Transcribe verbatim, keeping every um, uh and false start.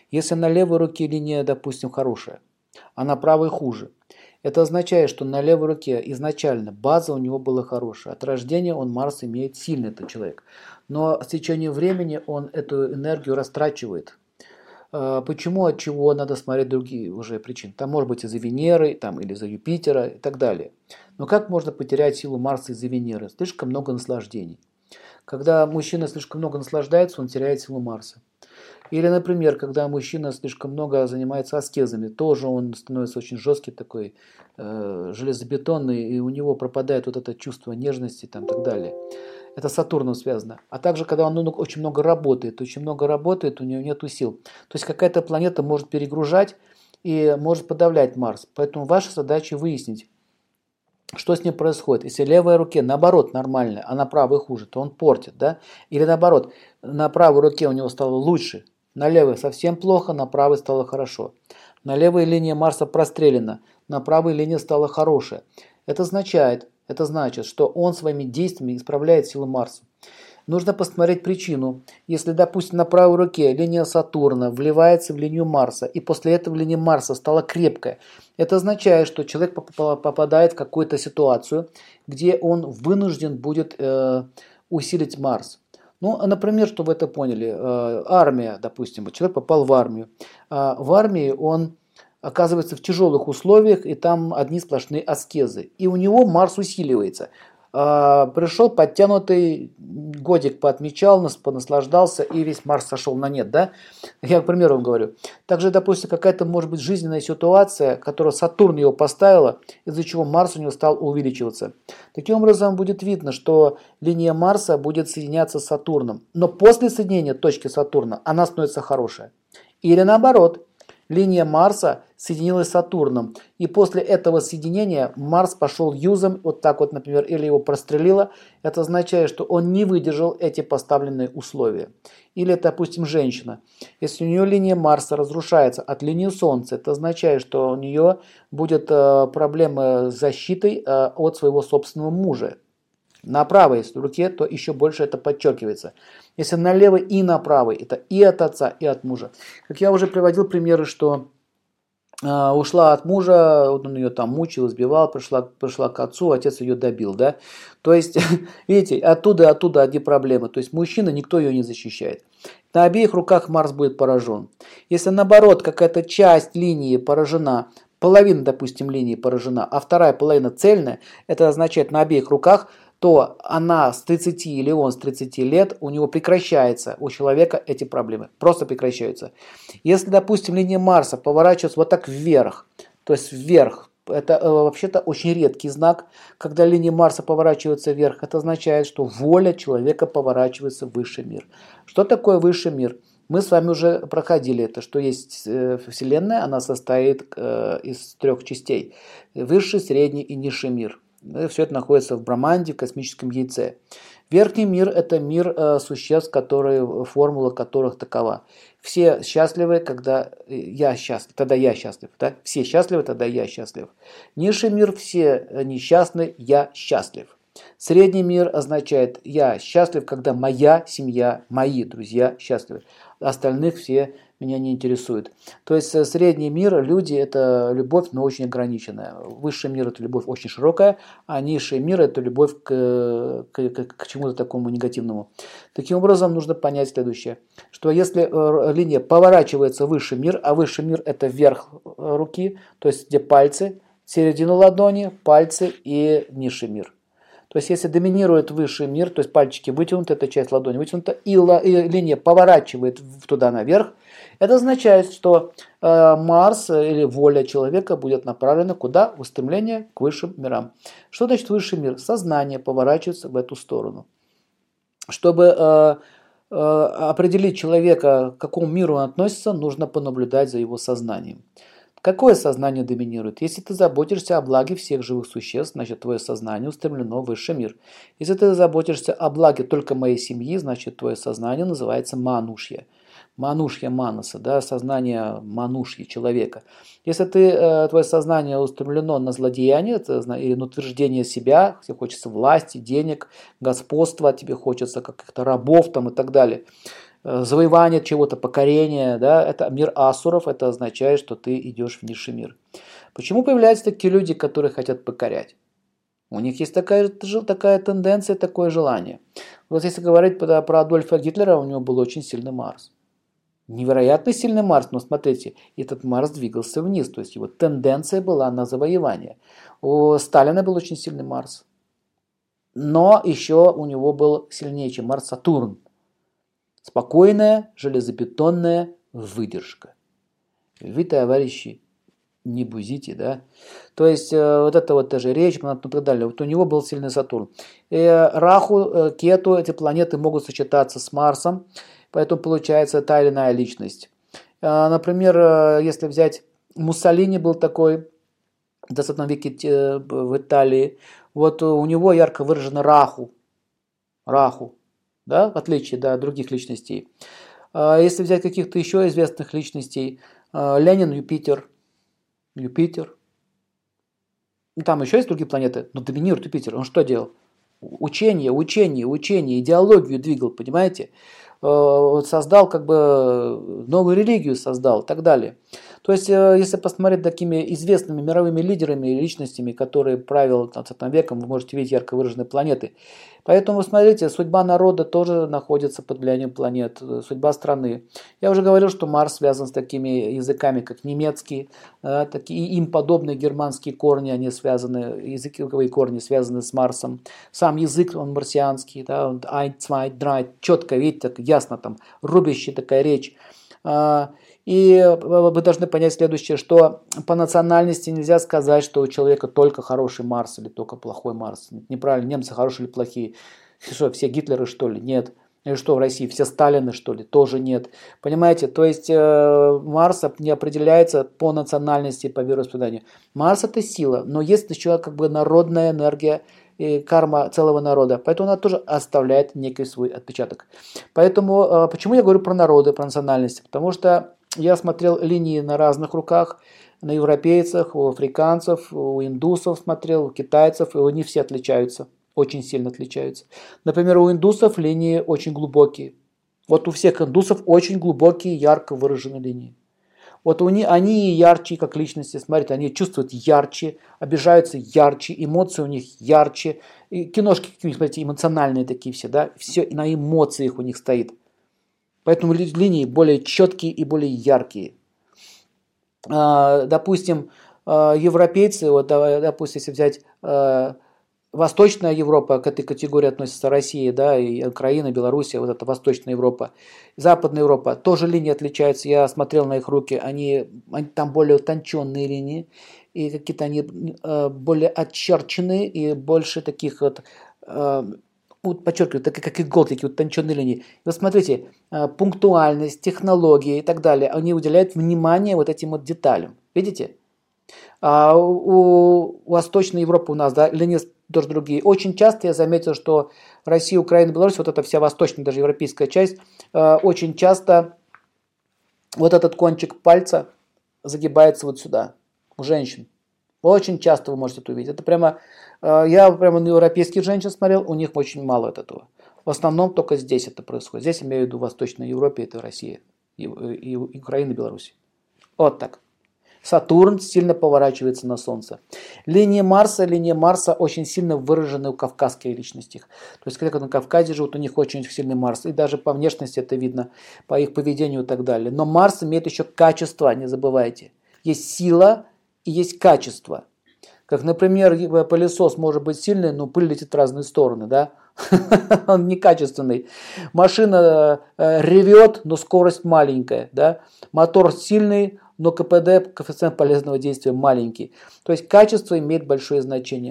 Если на левой руке линия, допустим, хорошая, а на правой хуже, это означает, что на левой руке изначально база у него была хорошая. От рождения он Марс имеет сильный, этот человек. Но с течением времени он эту энергию растрачивает. А, Почему, от чего, надо смотреть другие уже причины. Там может быть из-за Венеры, там, или из-за Юпитера и так далее. Но как можно потерять силу Марса из-за Венеры? Слишком много наслаждений. Когда мужчина слишком много наслаждается, он теряет силу Марса. Или, например, когда мужчина слишком много занимается аскезами, тоже он становится очень жесткий такой, э, железобетонный, и у него пропадает вот это чувство нежности там, и так далее. Это с Сатурном связано. А также, когда он ну, очень много работает, очень много работает, у него нет сил. То есть какая-то планета может перегружать и может подавлять Марс. Поэтому ваша задача выяснить, что с ним происходит. Если левой руке, наоборот, нормально, а на правой хуже, то он портит, да? Или наоборот, на правой руке у него стало лучше, на левой совсем плохо, на правой стало хорошо. На левой линии Марса прострелена, на правой линии стало хорошая. Это означает, это значит, что он своими действиями исправляет силу Марса. Нужно посмотреть причину. Если, допустим, на правой руке линия Сатурна вливается в линию Марса, и после этого линия Марса стала крепкая, это означает, что человек попадает в какую-то ситуацию, где он вынужден будет э, усилить Марс. Ну, например, чтобы вы это поняли, э, армия, допустим, человек попал в армию. А в армии он оказывается в тяжелых условиях, и там одни сплошные аскезы. И у него Марс усиливается. А, пришел подтянутый, годик поотмечал, понаслаждался, и весь Марс сошел на нет, да? Я, к примеру, вам говорю. Также, допустим, какая-то, может быть, жизненная ситуация, которую Сатурн его поставила, из-за чего Марс у него стал увеличиваться. Таким образом, будет видно, что линия Марса будет соединяться с Сатурном. Но после соединения точки Сатурна она становится хорошая. Или наоборот. Линия Марса соединилась с Сатурном, и после этого соединения Марс пошел юзом, вот так вот, например, или его прострелило. Это означает, что он не выдержал эти поставленные условия. Или, допустим, женщина. Если у нее линия Марса разрушается от линии Солнца, это означает, что у нее будет э, проблема с защитой э, от своего собственного мужа. На правой руке, то еще больше это подчеркивается. Если на левой и на правой, это и от отца, и от мужа. Как я уже приводил примеры, что э, ушла от мужа, он ее там мучил, избивал, пришла, пришла к отцу, отец ее добил. Да? То есть, видите, оттуда, оттуда одни проблемы. То есть мужчина, никто ее не защищает. На обеих руках Марс будет поражен. Если наоборот какая-то часть линии поражена, половина, допустим, линии поражена, а вторая половина цельная, это означает на обеих руках, то она с тридцати или он с тридцати лет, у него прекращается, у человека эти проблемы, просто прекращаются. Если, допустим, линия Марса поворачивается вот так вверх, то есть вверх, это э, вообще-то очень редкий знак, когда линия Марса поворачивается вверх, это означает, что воля человека поворачивается в высший мир. Что такое высший мир? Мы с вами уже проходили это, что есть э, Вселенная, она состоит э, из трех частей. Высший, средний и низший мир. Все это находится в Браманде, в космическом яйце. Верхний мир – это мир э, существ, которые, формула которых такова. Все счастливы, когда я счастлив, тогда я счастлив. Да? Все счастливы, тогда я счастлив. Низший мир – все несчастны, я счастлив. Средний мир означает я счастлив, когда моя семья, мои друзья счастливы. Остальных все меня не интересует. То есть средний мир, люди – это любовь, но очень ограниченная. Высший мир – это любовь очень широкая, а низший мир – это любовь к, к, к, к чему-то такому негативному. Таким образом, нужно понять следующее, что если линия поворачивается в высший мир, а высший мир – это верх руки, то есть где пальцы, середину ладони, пальцы и низший мир. То есть, если доминирует высший мир, то есть пальчики вытянуты, эта часть ладони вытянута, и, и линия поворачивает туда наверх, это означает, что э, Марс или воля человека будет направлена куда? В устремление к высшим мирам. Что значит высший мир? Сознание поворачивается в эту сторону. Чтобы э, э, определить человека, к какому миру он относится, нужно понаблюдать за его сознанием. Какое сознание доминирует? Если ты заботишься о благе всех живых существ, значит твое сознание устремлено в высший мир. Если ты заботишься о благе только моей семьи, значит твое сознание называется манушья. Манушья манаса, да, сознание манушьи человека. Если ты, э, твое сознание устремлено на злодеяние это, или на утверждение себя, тебе хочется власти, денег, господства, тебе хочется каких-то рабов там, и так далее. завоевание чего-то, покорение, да, это мир асуров, это означает, что ты идешь в низший мир. Почему появляются такие люди, которые хотят покорять? У них есть такая, такая тенденция, такое желание. Вот если говорить про, про Адольфа Гитлера, у него был очень сильный Марс. Невероятно сильный Марс, но смотрите, этот Марс двигался вниз, то есть его тенденция была на завоевание. У Сталина был очень сильный Марс, но еще у него был сильнее, чем Марс, Сатурн. Спокойная, железобетонная выдержка. Вы, товарищи, не бузите, да? То есть э, вот это вот даже речь, и так далее. Вот у него был сильный Сатурн. И Раху, э, Кету, эти планеты могут сочетаться с Марсом, поэтому получается та или иная личность. Э, например, э, если взять Муссолини, был такой в двадцатом веке э, в Италии. Вот у него ярко выражена Раху. Раху, да, в отличие от других личностей. Э, если взять каких-то еще известных личностей, э, Ленин, Юпитер. Юпитер. Ну, там еще есть другие планеты, но доминирует Юпитер. Он что делал? Учение, учение, учение, идеологию двигал, понимаете? Создал как бы новую религию, создал и так далее. То есть, если посмотреть такими известными мировыми лидерами и личностями, которые правили двадцатым веком, вы можете видеть ярко выраженные планеты. Поэтому, смотрите, судьба народа тоже находится под влиянием планет, судьба страны. Я уже говорил, что Марс связан с такими языками, как немецкий, такие им подобные германские корни, они связаны, языковые корни связаны с Марсом. Сам язык, он марсианский, да, он ein, zwei, drei, четко, видите, так ясно, там, рубящая такая речь. И вы должны понять следующее, что по национальности нельзя сказать, что у человека только хороший Марс или только плохой Марс. Неправильно, немцы хорошие или плохие. Что, все Гитлеры, что ли? Нет. И что, в России все Сталины, что ли? Тоже нет. Понимаете, то есть э, Марс не определяется по национальности, по вероисповеданию. Марс это сила, но есть еще как бы народная энергия, и карма целого народа. Поэтому она тоже оставляет некий свой отпечаток. Поэтому, э, почему я говорю про народы, про национальности? Потому что я смотрел линии на разных руках, на европейцах, у африканцев, у индусов смотрел, у китайцев, и они все отличаются, очень сильно отличаются. Например, у индусов линии очень глубокие. Вот у всех индусов очень глубокие, ярко выраженные линии. Вот у них, они ярче, как личности, смотрите, они чувствуют ярче, обижаются ярче, эмоции у них ярче. И киношки, смотрите, эмоциональные такие все, да, все на эмоциях у них стоит. Поэтому линии более четкие и более яркие. Допустим, европейцы, вот, допустим, если взять Восточная Европа, к этой категории относится Россия, да, и Украина, Белоруссия, вот это Восточная Европа. Западная Европа, тоже линии отличаются, я смотрел на их руки, они, они там более утонченные линии, и какие-то они более очерченные, и больше таких вот, подчеркиваю, так как иголки, такие утонченные линии. Вот смотрите, пунктуальность, технологии и так далее, они уделяют внимание вот этим вот деталям. Видите? А у Восточной Европы у нас, да, линии тоже другие. Очень часто я заметил, что Россия, Украина, Беларусь, вот эта вся восточная, даже европейская часть, очень часто вот этот кончик пальца загибается вот сюда, у женщин. Очень часто вы можете это увидеть. Это прямо, я прямо на европейских женщин смотрел, у них очень мало от этого. В основном только здесь это происходит. Здесь имею в виду в Восточной Европе, это Россия, и, и, и Украина, и Беларусь. Вот так. Сатурн сильно поворачивается на Солнце. Линия Марса, линия Марса очень сильно выражены у кавказских личностей. То есть, когда на Кавказе живут, у них очень сильный Марс. И даже по внешности это видно, по их поведению и так далее. Но Марс имеет еще качество, не забывайте. Есть сила и есть качество. Как, например, пылесос может быть сильный, но пыль летит в разные стороны, да? Он некачественный. Машина ревет, но скорость маленькая, да? Мотор сильный, но КПД, коэффициент полезного действия, маленький. То есть качество имеет большое значение.